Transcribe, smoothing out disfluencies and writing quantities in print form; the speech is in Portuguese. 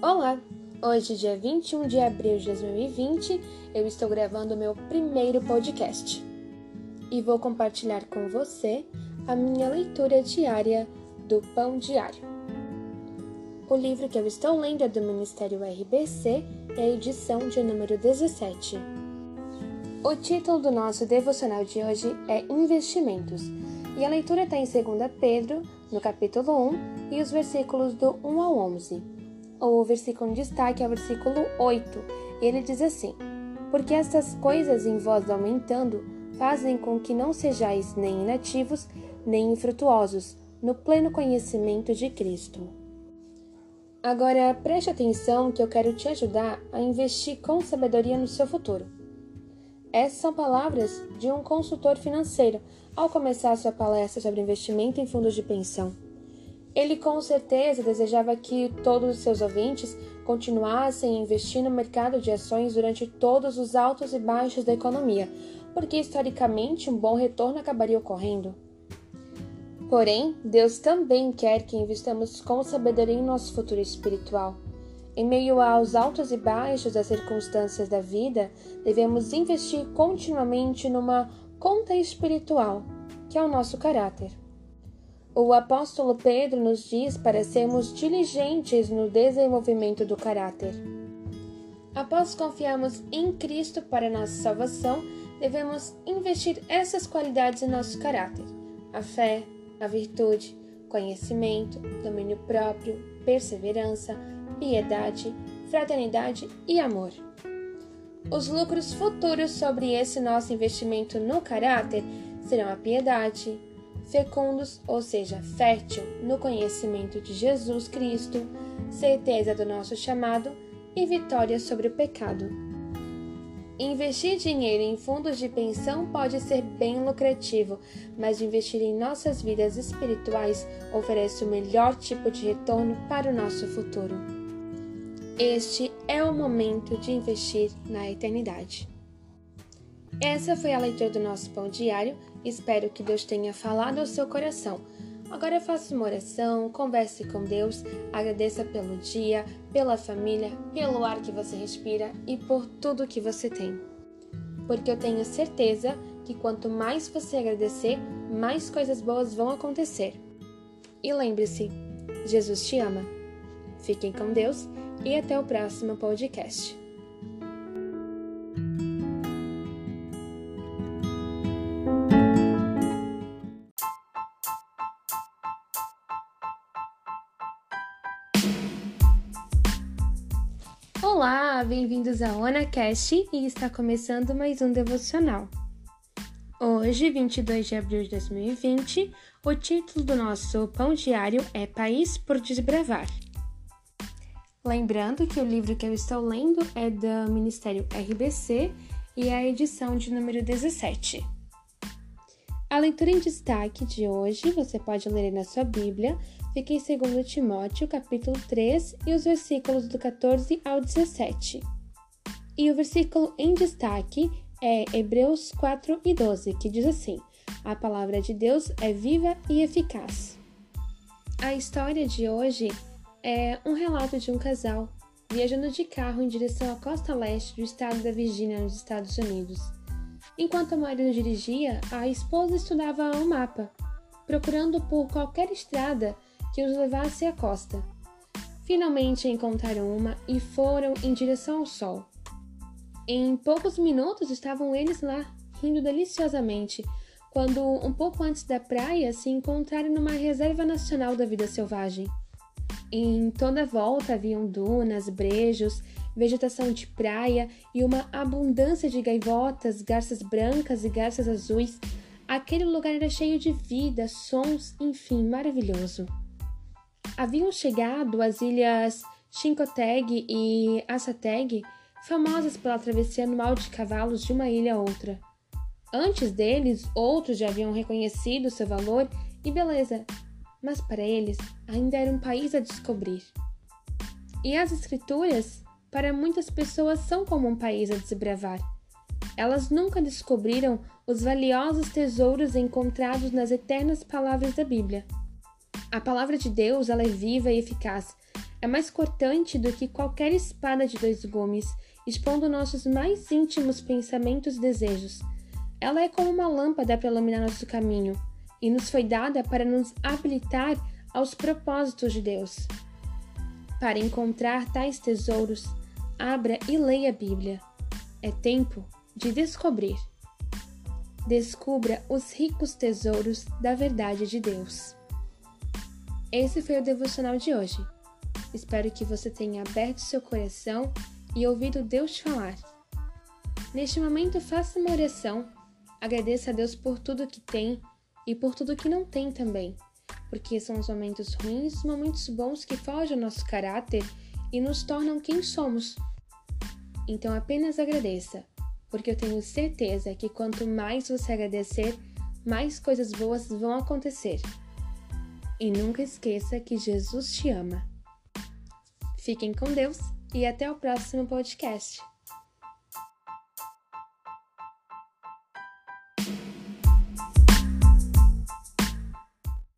Olá! Hoje, dia 21 de abril de 2020, eu estou gravando o meu primeiro podcast e vou compartilhar com você a minha leitura diária do Pão Diário. O livro que eu estou lendo é do Ministério RBC e a edição de número 17. O título do nosso devocional de hoje é Investimentos e a leitura está em 2 Pedro, no capítulo 1 e os versículos do 1 ao 11. O versículo em destaque é o versículo 8, e ele diz assim: Porque estas coisas em vós aumentando, fazem com que não sejais nem inativos, nem infrutuosos, no pleno conhecimento de Cristo. Agora, preste atenção que eu quero te ajudar a investir com sabedoria no seu futuro. Essas são palavras de um consultor financeiro ao começar sua palestra sobre investimento em fundos de pensão. Ele com certeza desejava que todos os seus ouvintes continuassem a investir no mercado de ações durante todos os altos e baixos da economia, porque historicamente um bom retorno acabaria ocorrendo. Porém, Deus também quer que investamos com sabedoria em nosso futuro espiritual. Em meio aos altos e baixos das circunstâncias da vida, devemos investir continuamente numa conta espiritual, que é o nosso caráter. O apóstolo Pedro nos diz para sermos diligentes no desenvolvimento do caráter. Após confiarmos em Cristo para nossa salvação, devemos investir essas qualidades em nosso caráter: a fé, a virtude, conhecimento, domínio próprio, perseverança, piedade, fraternidade e amor. Os lucros futuros sobre esse nosso investimento no caráter serão a piedade, fecundos, ou seja, fértil no conhecimento de Jesus Cristo, certeza do nosso chamado e vitória sobre o pecado. Investir dinheiro em fundos de pensão pode ser bem lucrativo, mas investir em nossas vidas espirituais oferece o melhor tipo de retorno para o nosso futuro. Este é o momento de investir na eternidade. Essa foi a leitura do nosso Pão Diário. Espero que Deus tenha falado ao seu coração. Agora faça uma oração, converse com Deus, agradeça pelo dia, pela família, pelo ar que você respira e por tudo que você tem. Porque eu tenho certeza que quanto mais você agradecer, mais coisas boas vão acontecer. E lembre-se, Jesus te ama. Fiquem com Deus e até o próximo podcast. Olá, bem-vindos ao OnaCast e está começando mais um devocional. Hoje, 22 de abril de 2020, o título do nosso Pão Diário é País por Desbravar. Lembrando que o livro que eu estou lendo é do Ministério RBC e é a edição de número 17. A leitura em destaque de hoje você pode ler na sua Bíblia, fica em 2 Timóteo, capítulo 3, e os versículos do 14 ao 17. E o versículo em destaque é Hebreus 4 e 12, que diz assim: A palavra de Deus é viva e eficaz. A história de hoje é um relato de um casal viajando de carro em direção à costa leste do estado da Virgínia, nos Estados Unidos. Enquanto o marido dirigia, a esposa estudava o mapa, procurando por qualquer estrada que os levasse à costa. Finalmente encontraram uma e foram em direção ao sol. Em poucos minutos estavam eles lá, rindo deliciosamente, quando, um pouco antes da praia, se encontraram numa reserva nacional da vida selvagem. Em toda a volta haviam dunas, brejos, vegetação de praia e uma abundância de gaivotas, garças brancas e garças azuis. Aquele lugar era cheio de vida, sons, enfim, maravilhoso. Haviam chegado às ilhas Chincoteague e Assateague, famosas pela travessia anual de cavalos de uma ilha a outra. Antes deles, outros já haviam reconhecido seu valor e beleza, mas para eles ainda era um país a descobrir. E as Escrituras, para muitas pessoas, são como um país a desbravar. Elas nunca descobriram os valiosos tesouros encontrados nas eternas palavras da Bíblia. A palavra de Deus, ela é viva e eficaz. É mais cortante do que qualquer espada de 2 gumes, expondo nossos mais íntimos pensamentos e desejos. Ela é como uma lâmpada para iluminar nosso caminho, e nos foi dada para nos habilitar aos propósitos de Deus. Para encontrar tais tesouros, abra e leia a Bíblia. É tempo de descobrir. Descubra os ricos tesouros da verdade de Deus. Esse foi o devocional de hoje. Espero que você tenha aberto seu coração e ouvido Deus te falar. Neste momento, faça uma oração. Agradeça a Deus por tudo que tem e por tudo que não tem também, porque são os momentos ruins, os momentos bons que fogem ao nosso caráter e nos tornam quem somos. Então apenas agradeça, porque eu tenho certeza que quanto mais você agradecer, mais coisas boas vão acontecer. E nunca esqueça que Jesus te ama. Fiquem com Deus e até o próximo podcast.